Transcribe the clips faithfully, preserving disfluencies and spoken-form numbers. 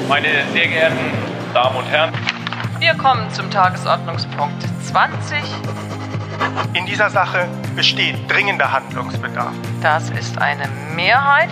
Meine sehr geehrten Damen und Herren, wir kommen zum Tagesordnungspunkt zwanzig. In dieser Sache besteht dringender Handlungsbedarf. Das ist eine Mehrheit.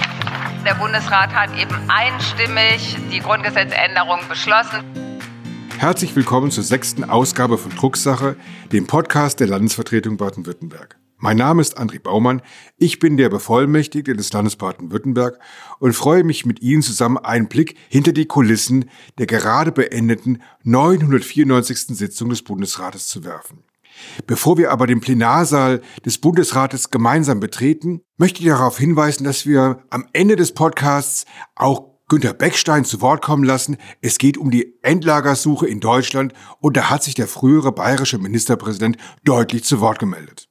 Der Bundesrat hat eben einstimmig die Grundgesetzänderung beschlossen. Herzlich willkommen zur sechsten Ausgabe von Drucksache, dem Podcast der Landesvertretung Baden-Württemberg. Mein Name ist André Baumann, ich bin der Bevollmächtigte des Landes Baden-Württemberg und freue mich, mit Ihnen zusammen einen Blick hinter die Kulissen der gerade beendeten neunhundertvierundneunzigsten Sitzung des Bundesrates zu werfen. Bevor wir aber den Plenarsaal des Bundesrates gemeinsam betreten, möchte ich darauf hinweisen, dass wir am Ende des Podcasts auch Günter Beckstein zu Wort kommen lassen. Es geht um die Endlagersuche in Deutschland und da hat sich der frühere bayerische Ministerpräsident deutlich zu Wort gemeldet.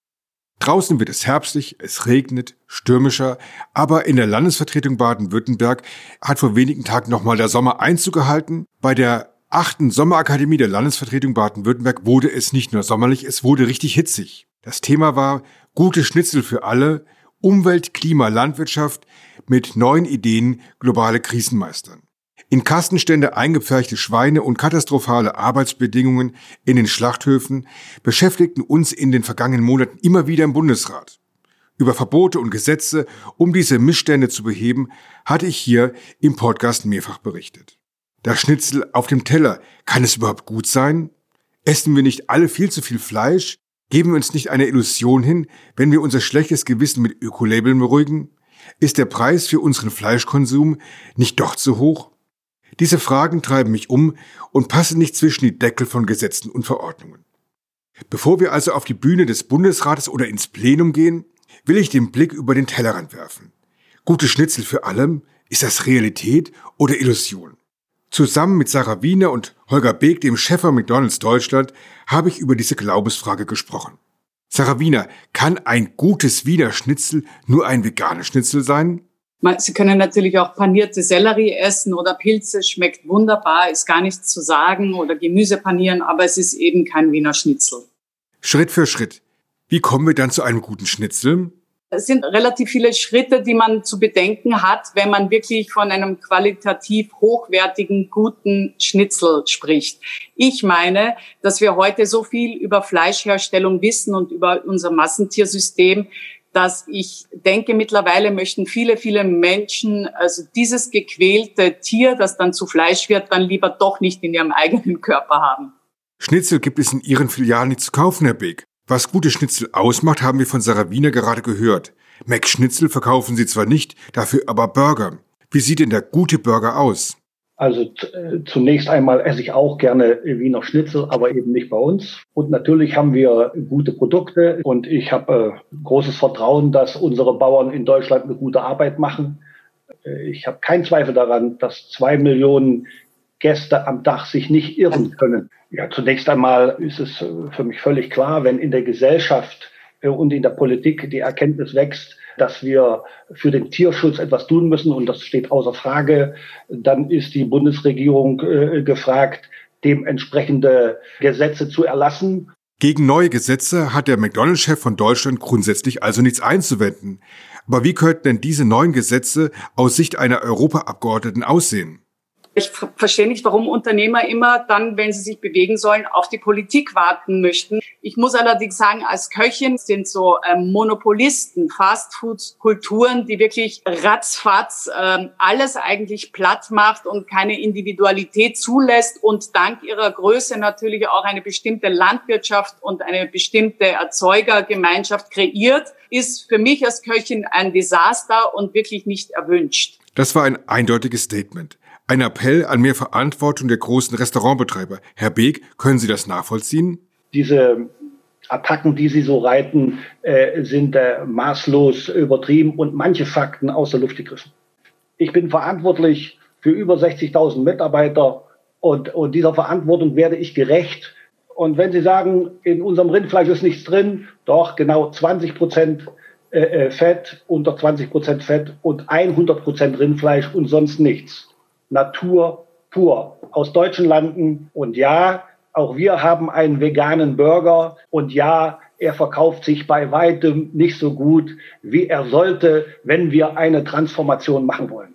Draußen wird es herbstlich, es regnet, stürmischer, aber in der Landesvertretung Baden-Württemberg hat vor wenigen Tagen nochmal der Sommer Einzug gehalten. Bei der achten Sommerakademie der Landesvertretung Baden-Württemberg wurde es nicht nur sommerlich, es wurde richtig hitzig. Das Thema war gute Schnitzel für alle, Umwelt, Klima, Landwirtschaft mit neuen Ideen globale Krisen meistern. In Kastenstände eingepferchte Schweine und katastrophale Arbeitsbedingungen in den Schlachthöfen beschäftigten uns in den vergangenen Monaten immer wieder im Bundesrat. Über Verbote und Gesetze, um diese Missstände zu beheben, hatte ich hier im Podcast mehrfach berichtet. Das Schnitzel auf dem Teller, kann es überhaupt gut sein? Essen wir nicht alle viel zu viel Fleisch? Geben wir uns nicht eine Illusion hin, wenn wir unser schlechtes Gewissen mit Ökolabeln beruhigen? Ist der Preis für unseren Fleischkonsum nicht doch zu hoch? Diese Fragen treiben mich um und passen nicht zwischen die Deckel von Gesetzen und Verordnungen. Bevor wir also auf die Bühne des Bundesrates oder ins Plenum gehen, will ich den Blick über den Tellerrand werfen. Gute Schnitzel für alle, ist das Realität oder Illusion? Zusammen mit Sarah Wiener und Holger Beek, dem Chef von McDonald's Deutschland, habe ich über diese Glaubensfrage gesprochen. Sarah Wiener, kann ein gutes Wiener Schnitzel nur ein veganes Schnitzel sein? Sie können natürlich auch panierte Sellerie essen oder Pilze, schmeckt wunderbar, ist gar nichts zu sagen, oder Gemüse panieren, aber es ist eben kein Wiener Schnitzel. Schritt für Schritt. Wie kommen wir dann zu einem guten Schnitzel? Es sind relativ viele Schritte, die man zu bedenken hat, wenn man wirklich von einem qualitativ hochwertigen, guten Schnitzel spricht. Ich meine, dass wir heute so viel über Fleischherstellung wissen und über unser Massentiersystem, dass ich denke, mittlerweile möchten viele, viele Menschen also dieses gequälte Tier, das dann zu Fleisch wird, dann lieber doch nicht in ihrem eigenen Körper haben. Schnitzel gibt es in Ihren Filialen nicht zu kaufen, Herr Beek. Was gute Schnitzel ausmacht, haben wir von Sarah Wiener gerade gehört. Mac-Schnitzel verkaufen Sie zwar nicht, dafür aber Burger. Wie sieht denn der gute Burger aus? Also t- zunächst einmal esse ich auch gerne Wiener Schnitzel, aber eben nicht bei uns. Und natürlich haben wir gute Produkte und ich habe äh, großes Vertrauen, dass unsere Bauern in Deutschland eine gute Arbeit machen. Äh, ich habe keinen Zweifel daran, dass zwei Millionen Gäste am Tag sich nicht irren können. Ja, zunächst einmal ist es äh, für mich völlig klar, wenn in der Gesellschaft äh, und in der Politik die Erkenntnis wächst, dass wir für den Tierschutz etwas tun müssen, und das steht außer Frage, dann ist die Bundesregierung äh, gefragt, dementsprechende Gesetze zu erlassen. Gegen neue Gesetze hat der McDonald's-Chef von Deutschland grundsätzlich also nichts einzuwenden. Aber wie könnten denn diese neuen Gesetze aus Sicht einer Europaabgeordneten aussehen? Ich verstehe nicht, warum Unternehmer immer dann, wenn sie sich bewegen sollen, auf die Politik warten möchten. Ich muss allerdings sagen, als Köchin sind so ähm, Monopolisten, Fastfood-Kulturen, die wirklich ratzfatz ähm, alles eigentlich platt macht und keine Individualität zulässt und dank ihrer Größe natürlich auch eine bestimmte Landwirtschaft und eine bestimmte Erzeugergemeinschaft kreiert, ist für mich als Köchin ein Desaster und wirklich nicht erwünscht. Das war ein eindeutiges Statement. Ein Appell an mehr Verantwortung der großen Restaurantbetreiber. Herr Beek, können Sie das nachvollziehen? Diese Attacken, die Sie so reiten, äh, sind äh, maßlos übertrieben und manche Fakten aus der Luft gegriffen. Ich bin verantwortlich für über sechzigtausend Mitarbeiter und, und dieser Verantwortung werde ich gerecht. Und wenn Sie sagen, in unserem Rindfleisch ist nichts drin, doch genau zwanzig Prozent äh, Fett, unter zwanzig Prozent Fett und hundert Prozent Rindfleisch und sonst nichts. Natur pur aus deutschen Landen. Und ja, auch wir haben einen veganen Burger. Und ja, er verkauft sich bei weitem nicht so gut, wie er sollte, wenn wir eine Transformation machen wollen.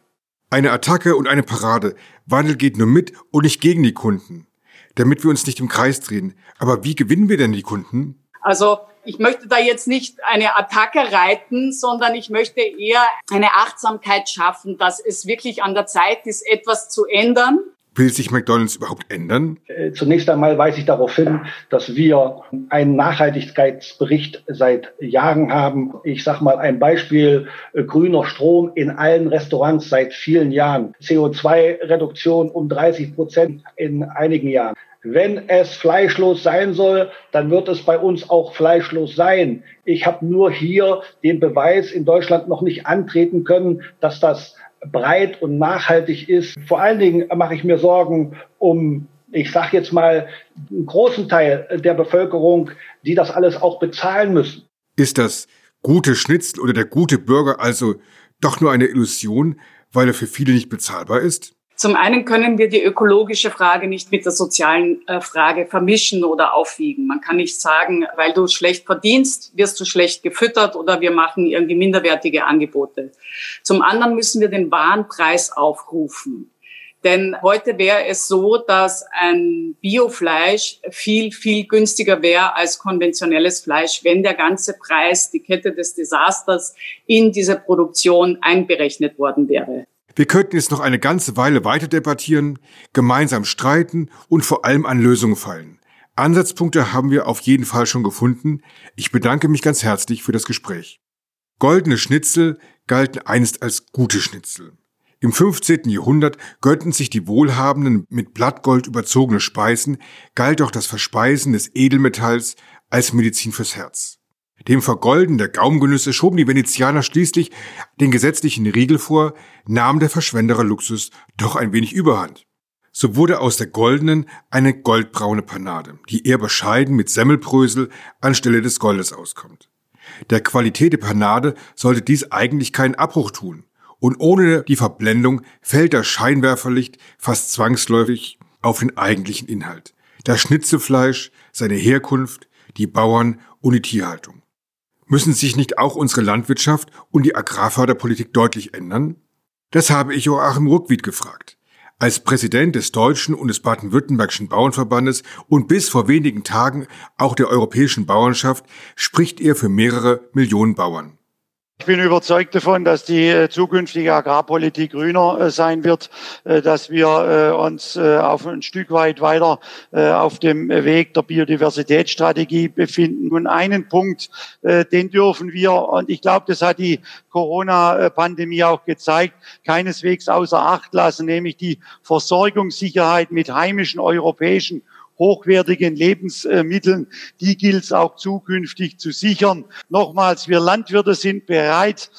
Eine Attacke und eine Parade. Wandel geht nur mit und nicht gegen die Kunden, damit wir uns nicht im Kreis drehen. Aber wie gewinnen wir denn die Kunden? Also ich möchte da jetzt nicht eine Attacke reiten, sondern ich möchte eher eine Achtsamkeit schaffen, dass es wirklich an der Zeit ist, etwas zu ändern. Will sich McDonald's überhaupt ändern? Zunächst einmal weise ich darauf hin, dass wir einen Nachhaltigkeitsbericht seit Jahren haben. Ich sage mal ein Beispiel, äh, grüner Strom in allen Restaurants seit vielen Jahren. C O zwei Reduktion um dreißig Prozent in einigen Jahren. Wenn es fleischlos sein soll, dann wird es bei uns auch fleischlos sein. Ich habe nur hier den Beweis in Deutschland noch nicht antreten können, dass das breit und nachhaltig ist. Vor allen Dingen mache ich mir Sorgen um, ich sage jetzt mal, einen großen Teil der Bevölkerung, die das alles auch bezahlen müssen. Ist das gute Schnitzel oder der gute Burger also doch nur eine Illusion, weil er für viele nicht bezahlbar ist? Zum einen können wir die ökologische Frage nicht mit der sozialen äh, Frage vermischen oder aufwiegen. Man kann nicht sagen, weil du schlecht verdienst, wirst du schlecht gefüttert oder wir machen irgendwie minderwertige Angebote. Zum anderen müssen wir den Warenpreis aufrufen. Denn heute wäre es so, dass ein Biofleisch viel, viel günstiger wäre als konventionelles Fleisch, wenn der ganze Preis, die Kette des Desasters in diese Produktion einberechnet worden wäre. Wir könnten jetzt noch eine ganze Weile weiter debattieren, gemeinsam streiten und vor allem an Lösungen feilen. Ansatzpunkte haben wir auf jeden Fall schon gefunden. Ich bedanke mich ganz herzlich für das Gespräch. Goldene Schnitzel galten einst als gute Schnitzel. Im fünfzehnten Jahrhundert gönnten sich die Wohlhabenden mit Blattgold überzogene Speisen, galt auch das Verspeisen des Edelmetalls als Medizin fürs Herz. Dem Vergolden der Gaumengenüsse schoben die Venezianer schließlich den gesetzlichen Riegel vor, nahm der Verschwenderer-Luxus doch ein wenig Überhand. So wurde aus der goldenen eine goldbraune Panade, die eher bescheiden mit Semmelbrösel anstelle des Goldes auskommt. Der Qualität der Panade sollte dies eigentlich keinen Abbruch tun. Und ohne die Verblendung fällt das Scheinwerferlicht fast zwangsläufig auf den eigentlichen Inhalt. Das Schnitzelfleisch, seine Herkunft, die Bauern und die Tierhaltung. Müssen sich nicht auch unsere Landwirtschaft und die Agrarförderpolitik deutlich ändern? Das habe ich Joachim Ruckwied gefragt. Als Präsident des Deutschen und des Baden-Württembergischen Bauernverbandes und bis vor wenigen Tagen auch der Europäischen Bauernschaft spricht er für mehrere Millionen Bauern. Ich bin überzeugt davon, dass die zukünftige Agrarpolitik grüner sein wird, dass wir uns auf ein Stück weit weiter auf dem Weg der Biodiversitätsstrategie befinden. Und einen Punkt, den dürfen wir, und ich glaube, das hat die Corona-Pandemie auch gezeigt, keineswegs außer Acht lassen, nämlich die Versorgungssicherheit mit heimischen europäischen hochwertigen Lebensmitteln, die gilt es auch zukünftig zu sichern. Nochmals, wir Landwirte sind bereit,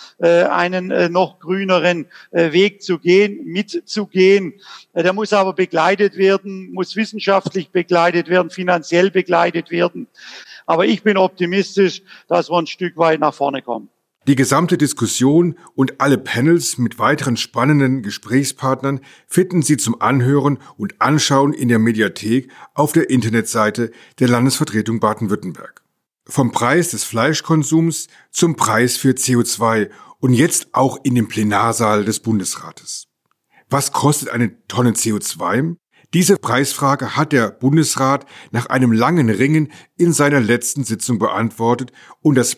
einen noch grüneren Weg zu gehen, mitzugehen. Der muss aber begleitet werden, muss wissenschaftlich begleitet werden, finanziell begleitet werden. Aber ich bin optimistisch, dass wir ein Stück weit nach vorne kommen. Die gesamte Diskussion und alle Panels mit weiteren spannenden Gesprächspartnern finden Sie zum Anhören und Anschauen in der Mediathek auf der Internetseite der Landesvertretung Baden-Württemberg. Vom Preis des Fleischkonsums zum Preis für C O zwei und jetzt auch in dem Plenarsaal des Bundesrates. Was kostet eine Tonne C O zwei? Diese Preisfrage hat der Bundesrat nach einem langen Ringen in seiner letzten Sitzung beantwortet und das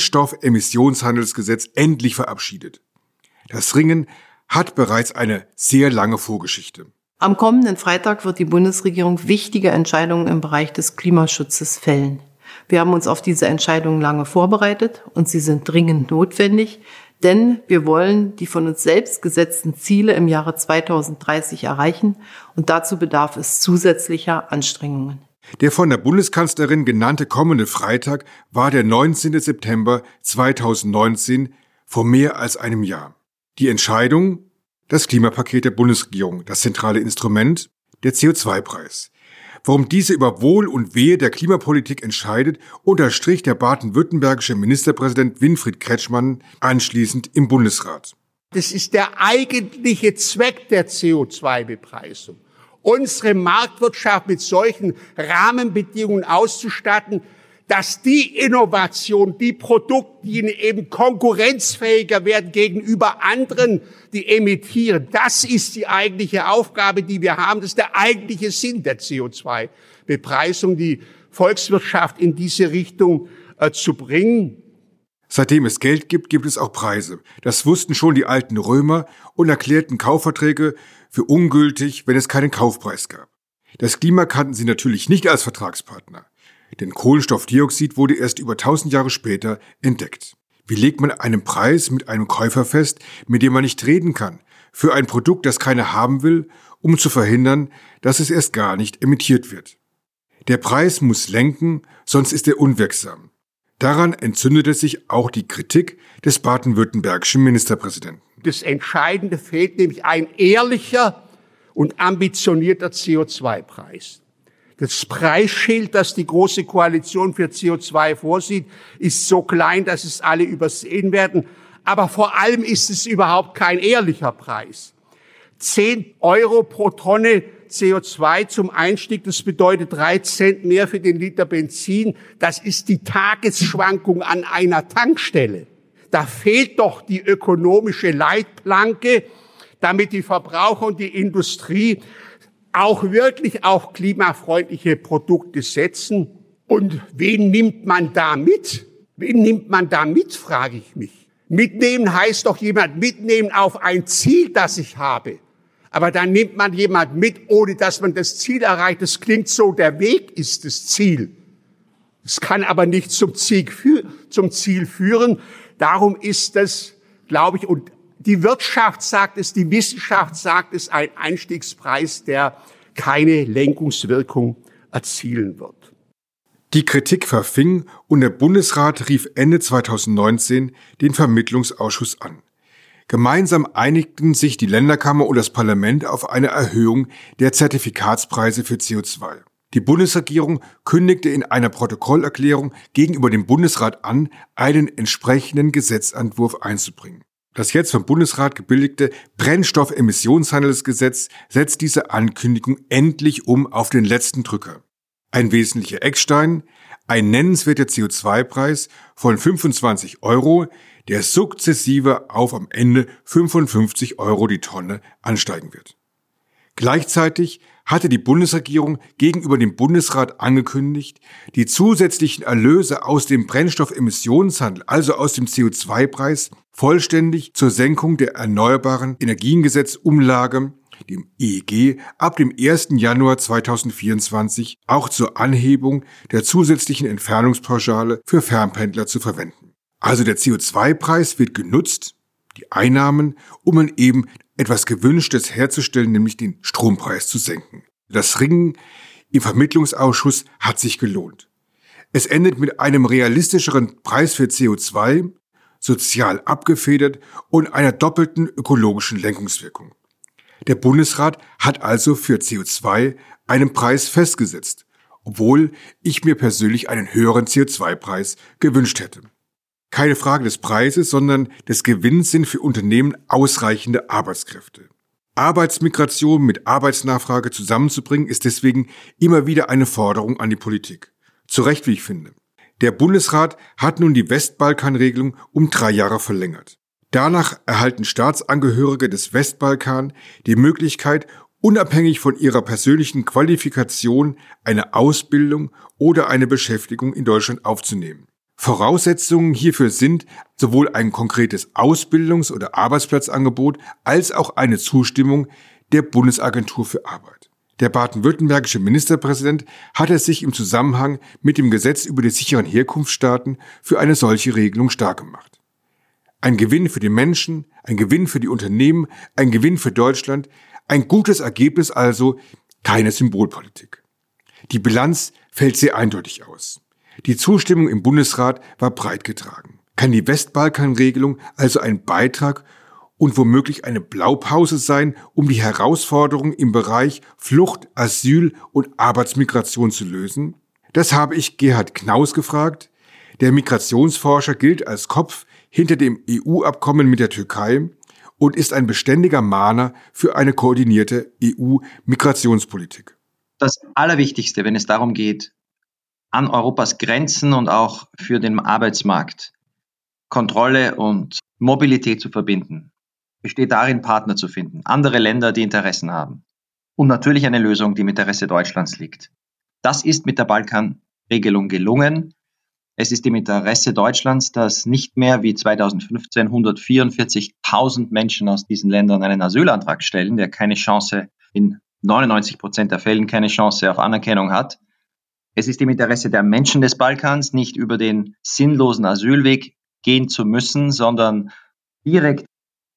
Brennstoffemissionshandelsgesetz endlich verabschiedet. Das Ringen hat bereits eine sehr lange Vorgeschichte. Am kommenden Freitag wird die Bundesregierung wichtige Entscheidungen im Bereich des Klimaschutzes fällen. Wir haben uns auf diese Entscheidungen lange vorbereitet und sie sind dringend notwendig, denn wir wollen die von uns selbst gesetzten Ziele im Jahre zweitausenddreißig erreichen und dazu bedarf es zusätzlicher Anstrengungen. Der von der Bundeskanzlerin genannte kommende Freitag war der neunzehnten September zweitausendneunzehn, vor mehr als einem Jahr. Die Entscheidung, das Klimapaket der Bundesregierung, das zentrale Instrument, der C O zwei Preis. Warum diese über Wohl und Wehe der Klimapolitik entscheidet, unterstrich der baden-württembergische Ministerpräsident Winfried Kretschmann anschließend im Bundesrat. Das ist der eigentliche Zweck der C O zwei Bepreisung. Unsere Marktwirtschaft mit solchen Rahmenbedingungen auszustatten, dass die Innovation, die Produkte, die eben konkurrenzfähiger werden gegenüber anderen, die emittieren, das ist die eigentliche Aufgabe, die wir haben. Das ist der eigentliche Sinn der C O zwei Bepreisung, die Volkswirtschaft in diese Richtung äh, zu bringen. Seitdem es Geld gibt, gibt es auch Preise. Das wussten schon die alten Römer und erklärten Kaufverträge für ungültig, wenn es keinen Kaufpreis gab. Das Klima kannten sie natürlich nicht als Vertragspartner. Denn Kohlenstoffdioxid wurde erst über tausend Jahre später entdeckt. Wie legt man einen Preis mit einem Käufer fest, mit dem man nicht reden kann, für ein Produkt, das keiner haben will, um zu verhindern, dass es erst gar nicht emittiert wird? Der Preis muss lenken, sonst ist er unwirksam. Daran entzündete sich auch die Kritik des baden-württembergischen Ministerpräsidenten. Das Entscheidende fehlt nämlich ein ehrlicher und ambitionierter C O zwei Preis. Das Preisschild, das die Große Koalition für C O zwei vorsieht, ist so klein, dass es alle übersehen werden. Aber vor allem ist es überhaupt kein ehrlicher Preis. Zehn Euro pro Tonne C O zwei zum Einstieg, das bedeutet drei Cent mehr für den Liter Benzin. Das ist die Tagesschwankung an einer Tankstelle. Da fehlt doch die ökonomische Leitplanke, damit die Verbraucher und die Industrie auch wirklich auf klimafreundliche Produkte setzen. Und wen nimmt man da mit? Wen nimmt man da mit, frage ich mich. Mitnehmen heißt doch jemand mitnehmen auf ein Ziel, das ich habe. Aber dann nimmt man jemand mit, ohne dass man das Ziel erreicht. Das klingt so, der Weg ist das Ziel. Es kann aber nicht zum Ziel, zum Ziel führen. Darum ist das, glaube ich, und die Wirtschaft sagt es, die Wissenschaft sagt es, ein Einstiegspreis, der keine Lenkungswirkung erzielen wird. Die Kritik verfing und der Bundesrat rief Ende zweitausendneunzehn den Vermittlungsausschuss an. Gemeinsam einigten sich die Länderkammer und das Parlament auf eine Erhöhung der Zertifikatspreise für C O zwei. Die Bundesregierung kündigte in einer Protokollerklärung gegenüber dem Bundesrat an, einen entsprechenden Gesetzentwurf einzubringen. Das jetzt vom Bundesrat gebilligte Brennstoffemissionshandelsgesetz setzt diese Ankündigung endlich um auf den letzten Drücker. Ein wesentlicher Eckstein, ein nennenswerter C O zwei Preis von fünfundzwanzig Euro, der sukzessive auf am Ende fünfundfünfzig Euro die Tonne ansteigen wird. Gleichzeitig hatte die Bundesregierung gegenüber dem Bundesrat angekündigt, die zusätzlichen Erlöse aus dem Brennstoffemissionshandel, also aus dem C O zwei Preis, vollständig zur Senkung der Erneuerbaren Energiengesetzumlage, dem E E G, ab dem ersten Januar zweitausendvierundzwanzig auch zur Anhebung der zusätzlichen Entfernungspauschale für Fernpendler zu verwenden. Also der C O zwei Preis wird genutzt, die Einnahmen, um an eben etwas Gewünschtes herzustellen, nämlich den Strompreis zu senken. Das Ringen im Vermittlungsausschuss hat sich gelohnt. Es endet mit einem realistischeren Preis für C O zwei, sozial abgefedert und einer doppelten ökologischen Lenkungswirkung. Der Bundesrat hat also für C O zwei einen Preis festgesetzt, obwohl ich mir persönlich einen höheren C O zwei Preis gewünscht hätte. Keine Frage des Preises, sondern des Gewinns sind für Unternehmen ausreichende Arbeitskräfte. Arbeitsmigration mit Arbeitsnachfrage zusammenzubringen, ist deswegen immer wieder eine Forderung an die Politik. Zu Recht, wie ich finde. Der Bundesrat hat nun die Westbalkan-Regelung um drei Jahre verlängert. Danach erhalten Staatsangehörige des Westbalkan die Möglichkeit, unabhängig von ihrer persönlichen Qualifikation eine Ausbildung oder eine Beschäftigung in Deutschland aufzunehmen. Voraussetzungen hierfür sind sowohl ein konkretes Ausbildungs- oder Arbeitsplatzangebot als auch eine Zustimmung der Bundesagentur für Arbeit. Der baden-württembergische Ministerpräsident hatte sich im Zusammenhang mit dem Gesetz über die sicheren Herkunftsstaaten für eine solche Regelung stark gemacht. Ein Gewinn für die Menschen, ein Gewinn für die Unternehmen, ein Gewinn für Deutschland, ein gutes Ergebnis also, keine Symbolpolitik. Die Bilanz fällt sehr eindeutig aus. Die Zustimmung im Bundesrat war breit getragen. Kann die Westbalkan-Regelung also ein Beitrag und womöglich eine Blaupause sein, um die Herausforderungen im Bereich Flucht, Asyl und Arbeitsmigration zu lösen? Das habe ich Gerhard Knaus gefragt. Der Migrationsforscher gilt als Kopf hinter dem E U-Abkommen mit der Türkei und ist ein beständiger Mahner für eine koordinierte E U-Migrationspolitik. Das Allerwichtigste, wenn es darum geht, an Europas Grenzen und auch für den Arbeitsmarkt Kontrolle und Mobilität zu verbinden, besteht darin, Partner zu finden, andere Länder, die Interessen haben. Und natürlich eine Lösung, die im Interesse Deutschlands liegt. Das ist mit der Balkanregelung gelungen. Es ist im Interesse Deutschlands, dass nicht mehr wie zweitausendfünfzehn hundertvierundvierzigtausend Menschen aus diesen Ländern einen Asylantrag stellen, der keine Chance, in neunundneunzig Prozent der Fällen keine Chance auf Anerkennung hat. Es ist im Interesse der Menschen des Balkans, nicht über den sinnlosen Asylweg gehen zu müssen, sondern direkt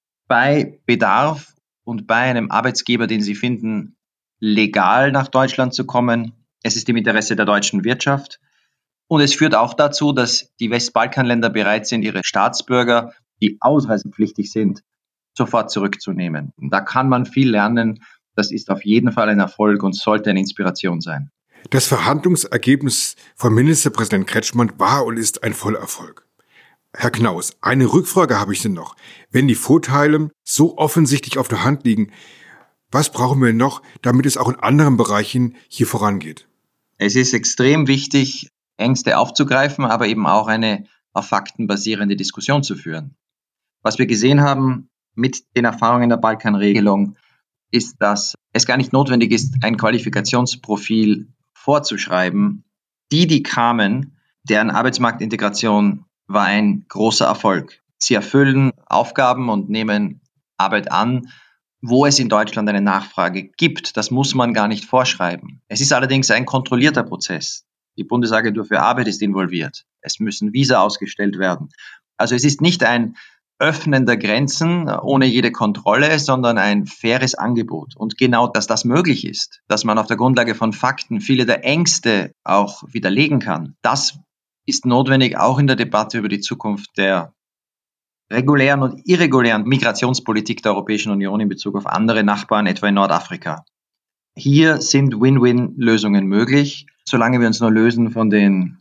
bei Bedarf und bei einem Arbeitsgeber, den sie finden, legal nach Deutschland zu kommen. Es ist im Interesse der deutschen Wirtschaft. Und es führt auch dazu, dass die Westbalkanländer bereit sind, ihre Staatsbürger, die ausreisepflichtig sind, sofort zurückzunehmen. Und da kann man viel lernen. Das ist auf jeden Fall ein Erfolg und sollte eine Inspiration sein. Das Verhandlungsergebnis von Ministerpräsident Kretschmann war und ist ein Vollerfolg. Herr Knaus, eine Rückfrage habe ich denn noch. Wenn die Vorteile so offensichtlich auf der Hand liegen, was brauchen wir noch, damit es auch in anderen Bereichen hier vorangeht? Es ist extrem wichtig, Ängste aufzugreifen, aber eben auch eine auf Fakten basierende Diskussion zu führen. Was wir gesehen haben mit den Erfahrungen der Balkanregelung, ist, dass es gar nicht notwendig ist, ein Qualifikationsprofil vorzuschreiben. Die, die kamen, deren Arbeitsmarktintegration war ein großer Erfolg. Sie erfüllen Aufgaben und nehmen Arbeit an, wo es in Deutschland eine Nachfrage gibt. Das muss man gar nicht vorschreiben. Es ist allerdings ein kontrollierter Prozess. Die Bundesagentur für Arbeit ist involviert. Es müssen Visa ausgestellt werden. Also es ist nicht ein Öffnen der Grenzen ohne jede Kontrolle, sondern ein faires Angebot. Und genau, dass das möglich ist, dass man auf der Grundlage von Fakten viele der Ängste auch widerlegen kann, das ist notwendig auch in der Debatte über die Zukunft der regulären und irregulären Migrationspolitik der Europäischen Union in Bezug auf andere Nachbarn, etwa in Nordafrika. Hier sind Win-Win-Lösungen möglich, solange wir uns nur lösen von den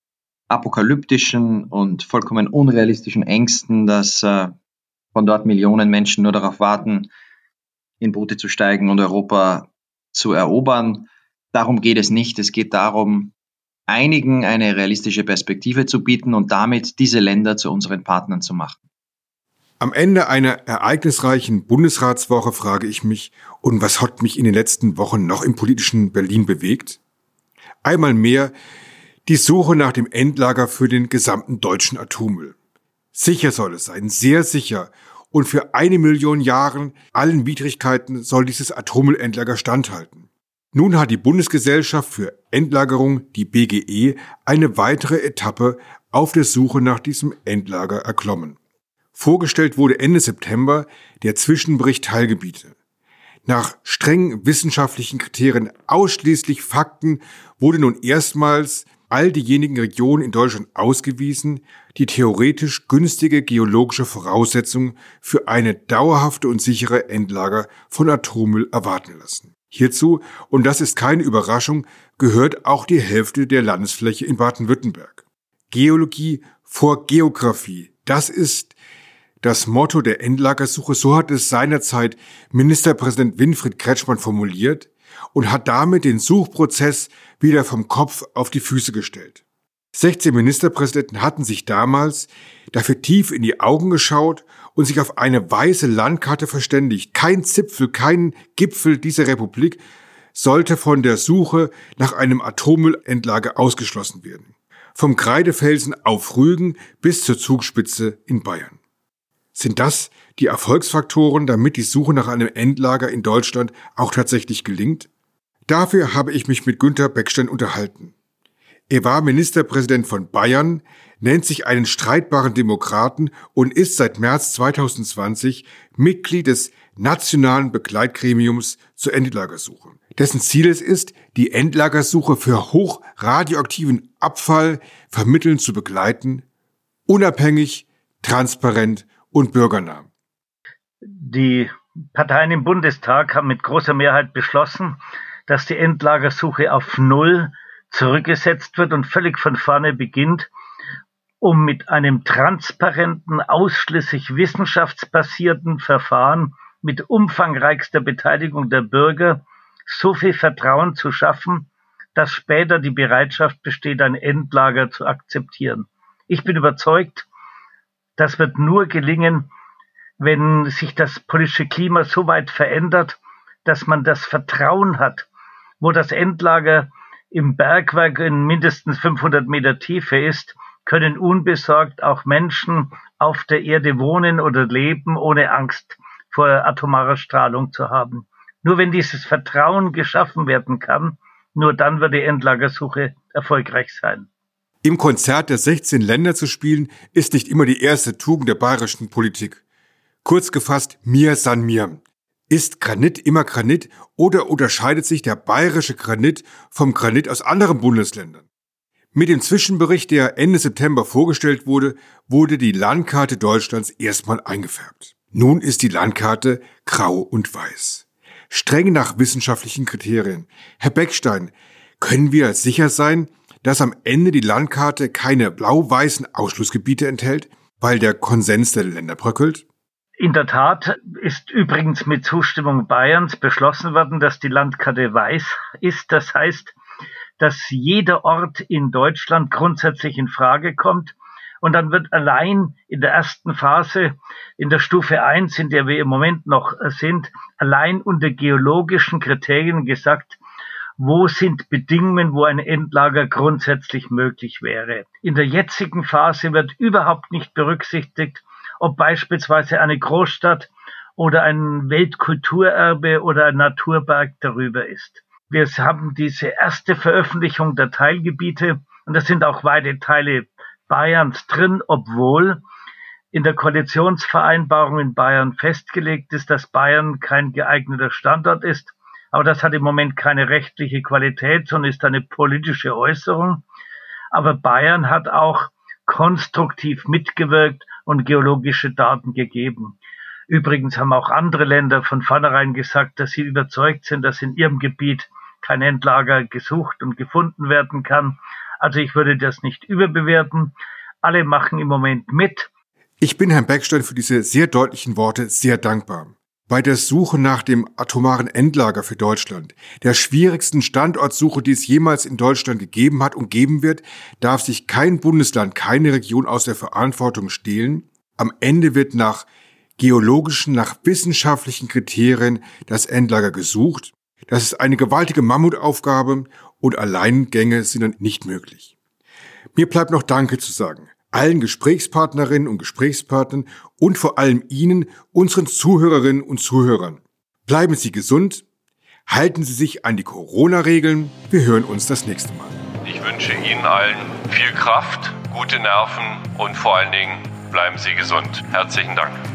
apokalyptischen und vollkommen unrealistischen Ängsten, dass äh, von dort Millionen Menschen nur darauf warten, in Boote zu steigen und Europa zu erobern. Darum geht es nicht. Es geht darum, einigen eine realistische Perspektive zu bieten und damit diese Länder zu unseren Partnern zu machen. Am Ende einer ereignisreichen Bundesratswoche frage ich mich, und was hat mich in den letzten Wochen noch im politischen Berlin bewegt? Einmal mehr die Suche nach dem Endlager für den gesamten deutschen Atommüll. Sicher soll es sein, sehr sicher. Und für eine Million Jahre allen Widrigkeiten soll dieses Atommüllendlager standhalten. Nun hat die Bundesgesellschaft für Endlagerung, die B G E, eine weitere Etappe auf der Suche nach diesem Endlager erklommen. Vorgestellt wurde Ende September der Zwischenbericht Teilgebiete. Nach strengen wissenschaftlichen Kriterien, ausschließlich Fakten, wurde nun erstmals all diejenigen Regionen in Deutschland ausgewiesen, die theoretisch günstige geologische Voraussetzungen für eine dauerhafte und sichere Endlager von Atommüll erwarten lassen. Hierzu, und das ist keine Überraschung, gehört auch die Hälfte der Landesfläche in Baden-Württemberg. Geologie vor Geografie, das ist das Motto der Endlagersuche, so hat es seinerzeit Ministerpräsident Winfried Kretschmann formuliert und hat damit den Suchprozess wieder vom Kopf auf die Füße gestellt. sechzehn Ministerpräsidenten hatten sich damals dafür tief in die Augen geschaut und sich auf eine weiße Landkarte verständigt. Kein Zipfel, kein Gipfel dieser Republik sollte von der Suche nach einem Atommüllendlager ausgeschlossen werden. Vom Kreidefelsen auf Rügen bis zur Zugspitze in Bayern. Sind das die Erfolgsfaktoren, damit die Suche nach einem Endlager in Deutschland auch tatsächlich gelingt? Dafür habe ich mich mit Günther Beckstein unterhalten. Er war Ministerpräsident von Bayern, nennt sich einen streitbaren Demokraten und ist seit März zweitausendzwanzig Mitglied des Nationalen Begleitgremiums zur Endlagersuche. Dessen Ziel es ist, die Endlagersuche für hochradioaktiven Abfall vermittelnd zu begleiten, unabhängig, transparent und bürgernah. Die Parteien im Bundestag haben mit großer Mehrheit beschlossen, dass die Endlagersuche auf Null zurückgesetzt wird und völlig von vorne beginnt, um mit einem transparenten, ausschließlich wissenschaftsbasierten Verfahren mit umfangreichster Beteiligung der Bürger so viel Vertrauen zu schaffen, dass später die Bereitschaft besteht, ein Endlager zu akzeptieren. Ich bin überzeugt, das wird nur gelingen, wenn sich das politische Klima so weit verändert, dass man das Vertrauen hat, wo das Endlager im Bergwerk in mindestens fünfhundert Meter Tiefe ist, können unbesorgt auch Menschen auf der Erde wohnen oder leben, ohne Angst vor atomarer Strahlung zu haben. Nur wenn dieses Vertrauen geschaffen werden kann, nur dann wird die Endlagersuche erfolgreich sein. Im Konzert der sechzehn Länder zu spielen, ist nicht immer die erste Tugend der bayerischen Politik. Kurz gefasst, mir san mir. Ist Granit immer Granit oder unterscheidet sich der bayerische Granit vom Granit aus anderen Bundesländern? Mit dem Zwischenbericht, der Ende September vorgestellt wurde, wurde die Landkarte Deutschlands erstmal eingefärbt. Nun ist die Landkarte grau und weiß. Streng nach wissenschaftlichen Kriterien. Herr Beckstein, können wir sicher sein, dass am Ende die Landkarte keine blau-weißen Ausschlussgebiete enthält, weil der Konsens der Länder bröckelt? In der Tat ist übrigens mit Zustimmung Bayerns beschlossen worden, dass die Landkarte weiß ist. Das heißt, dass jeder Ort in Deutschland grundsätzlich in Frage kommt. Und dann wird allein in der ersten Phase, in der Stufe eins, in der wir im Moment noch sind, allein unter geologischen Kriterien gesagt, wo sind Bedingungen, wo ein Endlager grundsätzlich möglich wäre. In der jetzigen Phase wird überhaupt nicht berücksichtigt, ob beispielsweise eine Großstadt oder ein Weltkulturerbe oder ein Naturpark darüber ist. Wir haben diese erste Veröffentlichung der Teilgebiete und das sind auch weite Teile Bayerns drin, obwohl in der Koalitionsvereinbarung in Bayern festgelegt ist, dass Bayern kein geeigneter Standort ist. Aber das hat im Moment keine rechtliche Qualität, sondern ist eine politische Äußerung. Aber Bayern hat auch konstruktiv mitgewirkt und geologische Daten gegeben. Übrigens haben auch andere Länder von vornherein gesagt, dass sie überzeugt sind, dass in ihrem Gebiet kein Endlager gesucht und gefunden werden kann. Also ich würde das nicht überbewerten. Alle machen im Moment mit. Ich bin Herrn Beckstein für diese sehr deutlichen Worte sehr dankbar. Bei der Suche nach dem atomaren Endlager für Deutschland, der schwierigsten Standortsuche, die es jemals in Deutschland gegeben hat und geben wird, darf sich kein Bundesland, keine Region aus der Verantwortung stehlen. Am Ende wird nach geologischen, nach wissenschaftlichen Kriterien das Endlager gesucht. Das ist eine gewaltige Mammutaufgabe und Alleingänge sind dann nicht möglich. Mir bleibt noch Danke zu sagen. Allen Gesprächspartnerinnen und Gesprächspartnern und vor allem Ihnen, unseren Zuhörerinnen und Zuhörern. Bleiben Sie gesund, halten Sie sich an die Corona-Regeln. Wir hören uns das nächste Mal. Ich wünsche Ihnen allen viel Kraft, gute Nerven und vor allen Dingen bleiben Sie gesund. Herzlichen Dank.